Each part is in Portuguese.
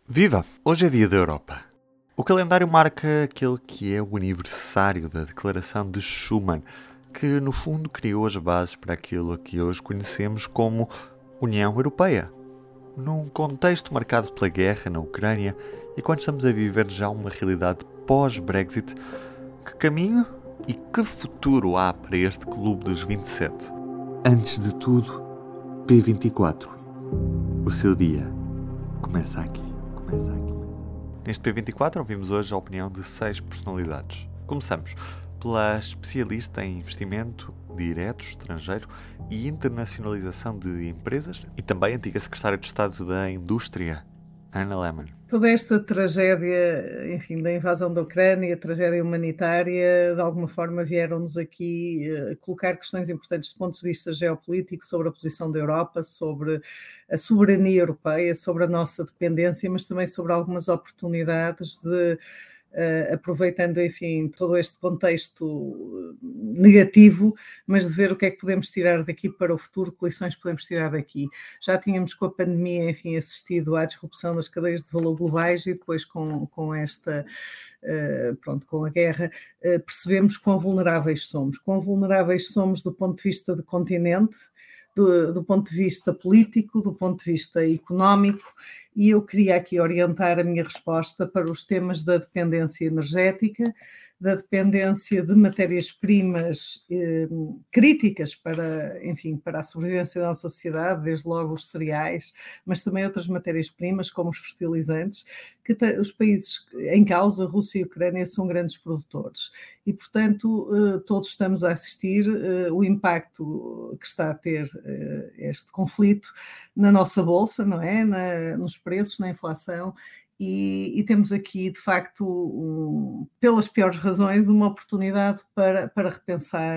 Viva! Hoje é dia da Europa. O calendário marca aquele que é o aniversário da Declaração de Schuman, que no fundo criou as bases para aquilo que hoje conhecemos como União Europeia. Num contexto marcado pela guerra na Ucrânia e quando estamos a viver já uma realidade pós-Brexit, que caminho e que futuro há para este clube dos 27? Antes de tudo, P24. O seu dia começa aqui. Neste P24 ouvimos hoje a opinião de 6 personalidades. Começamos pela especialista em investimento direto, estrangeiro e internacionalização de empresas e também antiga secretária de Estado da Indústria, Anna Lehmann. Toda esta tragédia, enfim, da invasão da Ucrânia, a tragédia humanitária, de alguma forma vieram-nos aqui colocar questões importantes do ponto de vista geopolítico sobre a posição da Europa, sobre a soberania europeia, sobre a nossa dependência, mas também sobre algumas oportunidades de, aproveitando, enfim, todo este contexto negativo, mas de ver o que é que podemos tirar daqui para o futuro, que lições podemos tirar daqui. Já tínhamos com a pandemia, enfim, assistido à disrupção das cadeias de valor globais e depois com esta, com a guerra, percebemos quão vulneráveis somos. Quão vulneráveis somos do ponto de vista do continente, do ponto de vista político, do ponto de vista económico, e eu queria aqui orientar a minha resposta para os temas da dependência energética, da dependência de matérias-primas críticas para, enfim, para a sobrevivência da nossa sociedade, desde logo os cereais, mas também outras matérias-primas, como os fertilizantes, que os países em causa, Rússia e Ucrânia, são grandes produtores. E, portanto, todos estamos a assistir o impacto que está a ter este conflito na nossa bolsa, não é? Nos preços, na inflação, e temos aqui, de facto, pelas piores razões, uma oportunidade para repensar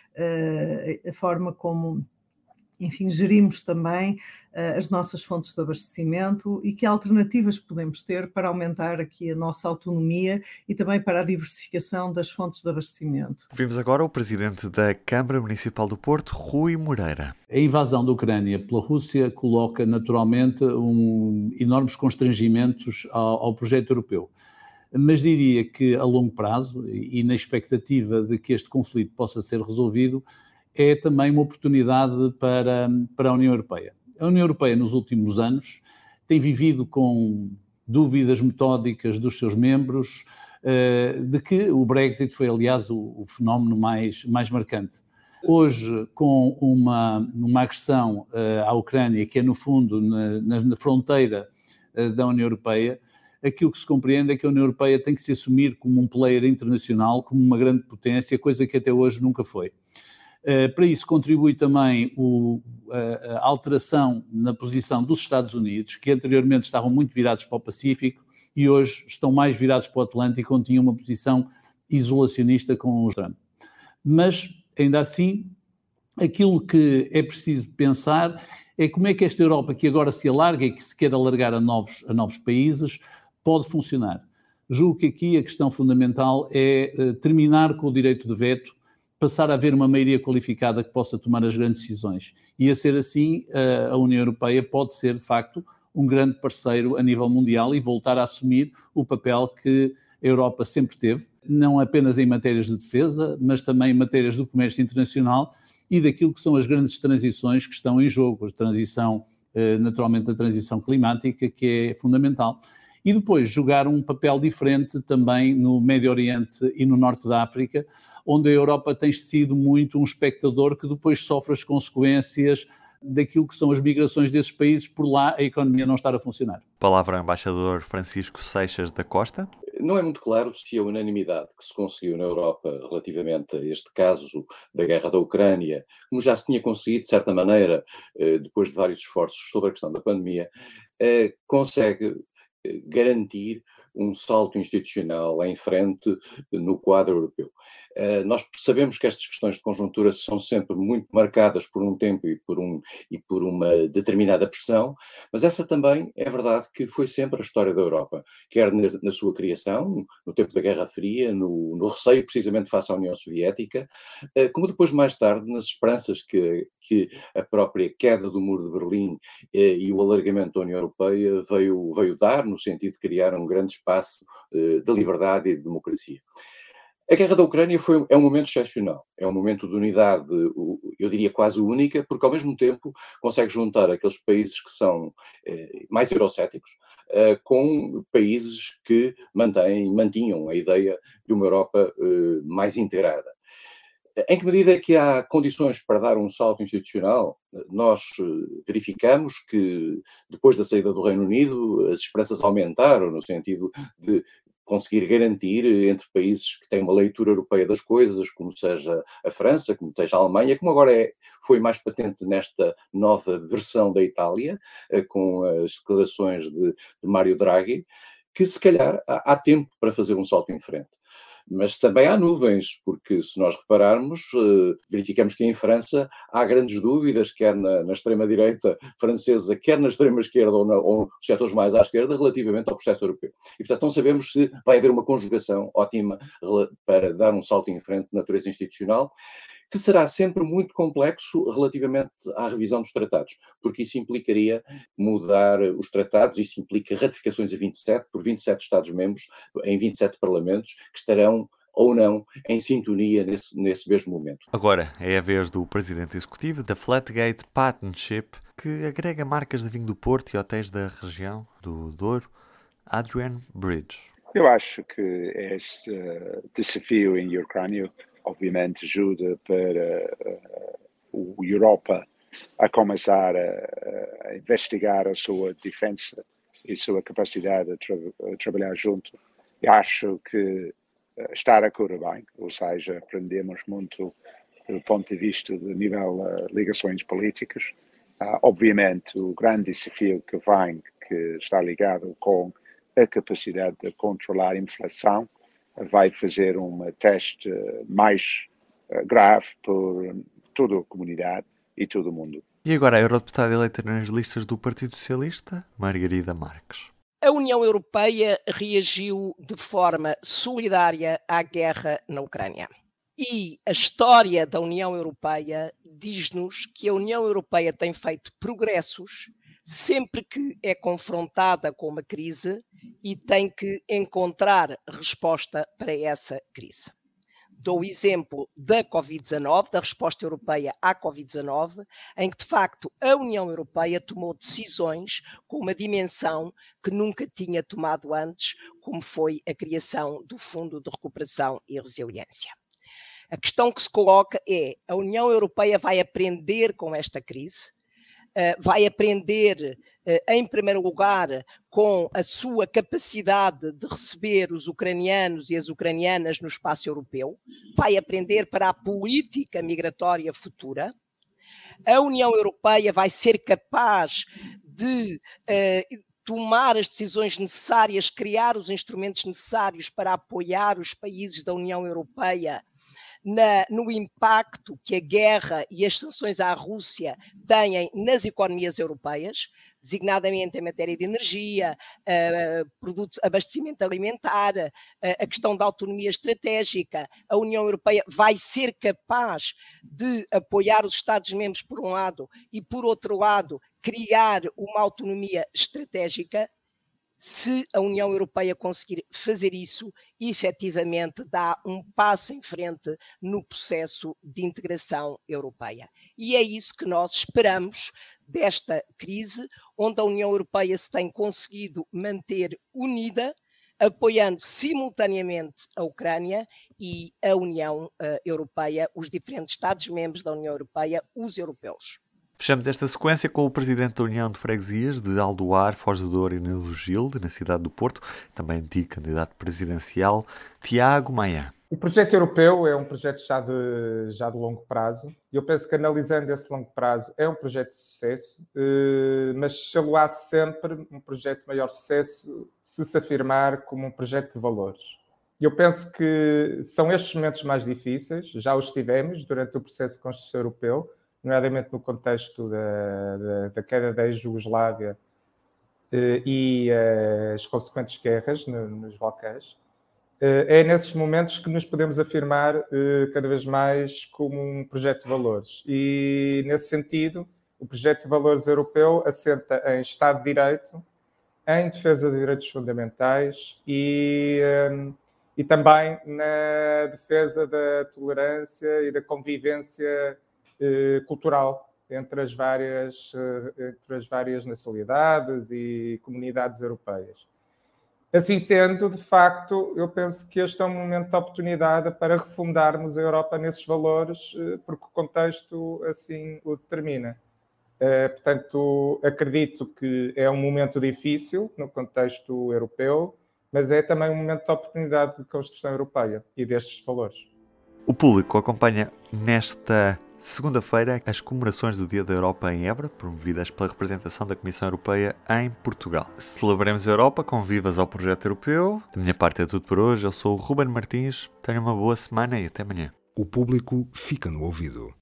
a forma como, enfim, gerimos também as nossas fontes de abastecimento e que alternativas podemos ter para aumentar aqui a nossa autonomia e também para a diversificação das fontes de abastecimento. Vimos agora o presidente da Câmara Municipal do Porto, Rui Moreira. A invasão da Ucrânia pela Rússia coloca naturalmente enormes constrangimentos ao projeto europeu. Mas diria que a longo prazo, e na expectativa de que este conflito possa ser resolvido, é também uma oportunidade para a União Europeia. A União Europeia, nos últimos anos, tem vivido com dúvidas metódicas dos seus membros, de que o Brexit foi, aliás, o fenómeno mais marcante. Hoje, com uma agressão à Ucrânia, que é, no fundo, na fronteira da União Europeia, aquilo que se compreende é que a União Europeia tem que se assumir como um player internacional, como uma grande potência, coisa que até hoje nunca foi. Para isso contribui também a alteração na posição dos Estados Unidos, que anteriormente estavam muito virados para o Pacífico e hoje estão mais virados para o Atlântico, onde tinham uma posição isolacionista com o Trump. Mas, ainda assim, aquilo que é preciso pensar é como é que esta Europa, que agora se alarga e que se quer alargar a novos países, pode funcionar. Julgo que aqui a questão fundamental é terminar com o direito de veto, passar a haver uma maioria qualificada que possa tomar as grandes decisões. E a ser assim, a União Europeia pode ser, de facto, um grande parceiro a nível mundial e voltar a assumir o papel que a Europa sempre teve, não apenas em matérias de defesa, mas também em matérias do comércio internacional e daquilo que são as grandes transições que estão em jogo, naturalmente a transição climática, que é fundamental. E depois jogar um papel diferente também no Médio Oriente e no Norte da África, onde a Europa tem sido muito um espectador que depois sofre as consequências daquilo que são as migrações desses países, por lá a economia não estar a funcionar. Palavra ao embaixador Francisco Seixas da Costa. Não é muito claro se a unanimidade que se conseguiu na Europa relativamente a este caso da guerra da Ucrânia, como já se tinha conseguido, de certa maneira, depois de vários esforços sobre a questão da pandemia, consegue garantir um salto institucional em frente no quadro europeu. Nós sabemos que estas questões de conjuntura são sempre muito marcadas por um tempo e por uma determinada pressão, mas essa também é verdade que foi sempre a história da Europa, quer na sua criação, no tempo da Guerra Fria, no receio precisamente face à União Soviética, como depois mais tarde nas esperanças que a própria queda do Muro de Berlim e o alargamento da União Europeia veio dar, no sentido de criar um grande espaço de liberdade e de democracia. A guerra da Ucrânia é um momento excepcional, é um momento de unidade, eu diria quase única, porque ao mesmo tempo consegue juntar aqueles países que são mais eurocéticos com países que mantinham a ideia de uma Europa mais integrada. Em que medida é que há condições para dar um salto institucional? Nós verificamos que, depois da saída do Reino Unido, as esperanças aumentaram no sentido de conseguir garantir entre países que têm uma leitura europeia das coisas, como seja a França, como seja a Alemanha, como agora foi mais patente nesta nova versão da Itália, com as declarações de Mário Draghi, que se calhar há tempo para fazer um salto em frente. Mas também há nuvens, porque se nós repararmos, verificamos que em França há grandes dúvidas, quer na extrema-direita francesa, quer na extrema-esquerda ou nos setores mais à esquerda, relativamente ao processo europeu. E, portanto, não sabemos se vai haver uma conjugação ótima para dar um salto em frente de natureza institucional, que será sempre muito complexo relativamente à revisão dos tratados, porque isso implicaria mudar os tratados, isso implica ratificações a 27, por 27 Estados-membros, em 27 parlamentos, que estarão ou não em sintonia nesse mesmo momento. Agora é a vez do presidente executivo da Flatgate Partnership, que agrega marcas de vinho do Porto e hotéis da região do Douro, Adrian Bridge. Eu acho que este desafio em Ucrânia obviamente ajuda para a Europa a começar a investigar a sua defesa e a sua capacidade de trabalhar junto. Eu acho que está a correr bem, ou seja, aprendemos muito do ponto de vista de nível ligações políticas. Obviamente, o grande desafio que vem, que está ligado com a capacidade de controlar a inflação, vai fazer um teste mais grave por toda a comunidade e todo o mundo. E agora a eurodeputada eleita nas listas do Partido Socialista, Margarida Marques. A União Europeia reagiu de forma solidária à guerra na Ucrânia. E a história da União Europeia diz-nos que a União Europeia tem feito progressos sempre que é confrontada com uma crise e tem que encontrar resposta para essa crise. Dou o exemplo da Covid-19, da resposta europeia à Covid-19, em que, de facto, a União Europeia tomou decisões com uma dimensão que nunca tinha tomado antes, como foi a criação do Fundo de Recuperação e Resiliência. A questão que se coloca é: a União Europeia vai aprender com esta crise? Vai aprender, em primeiro lugar, com a sua capacidade de receber os ucranianos e as ucranianas no espaço europeu, vai aprender para a política migratória futura. A União Europeia vai ser capaz de tomar as decisões necessárias, criar os instrumentos necessários para apoiar os países da União Europeia no impacto que a guerra e as sanções à Rússia têm nas economias europeias, designadamente em matéria de energia, produtos, abastecimento alimentar, a questão da autonomia estratégica. A União Europeia vai ser capaz de apoiar os Estados-membros por um lado e, por outro lado, criar uma autonomia estratégica. Se a União Europeia conseguir fazer isso, efetivamente dá um passo em frente no processo de integração europeia. E é isso que nós esperamos desta crise, onde a União Europeia se tem conseguido manter unida, apoiando simultaneamente a Ucrânia e a União Europeia, os diferentes Estados-membros da União Europeia, os europeus. Fechamos esta sequência com o presidente da União de Freguesias de Aldoar, Foz do Douro e Neves Gilde, na cidade do Porto, também antigo candidato presidencial, Tiago Maia. O projeto europeu é um projeto já de longo prazo. Eu penso que, analisando esse longo prazo, é um projeto de sucesso, mas se-lo-á sempre um projeto de maior sucesso se afirmar como um projeto de valores. Eu penso que são estes momentos mais difíceis, já os tivemos durante o processo de construção europeu, nomeadamente no contexto da queda da ex-Jugoslávia e as consequentes guerras nos Balcãs. É nesses momentos que nos podemos afirmar cada vez mais como um projeto de valores. E, nesse sentido, o projeto de valores europeu assenta em Estado de Direito, em defesa de direitos fundamentais e também na defesa da tolerância e da convivência cultural entre as várias nacionalidades e comunidades europeias. Assim sendo, de facto, eu penso que este é um momento de oportunidade para refundarmos a Europa nesses valores, porque o contexto assim o determina. Portanto, acredito que é um momento difícil no contexto europeu, mas é também um momento de oportunidade de construção europeia e destes valores. O público acompanha nesta segunda-feira as comemorações do Dia da Europa em Évora, promovidas pela representação da Comissão Europeia em Portugal. Celebremos a Europa com vivas ao projeto europeu. Da minha parte é tudo por hoje. Eu sou o Ruben Martins. Tenha uma boa semana e até amanhã. O público fica no ouvido.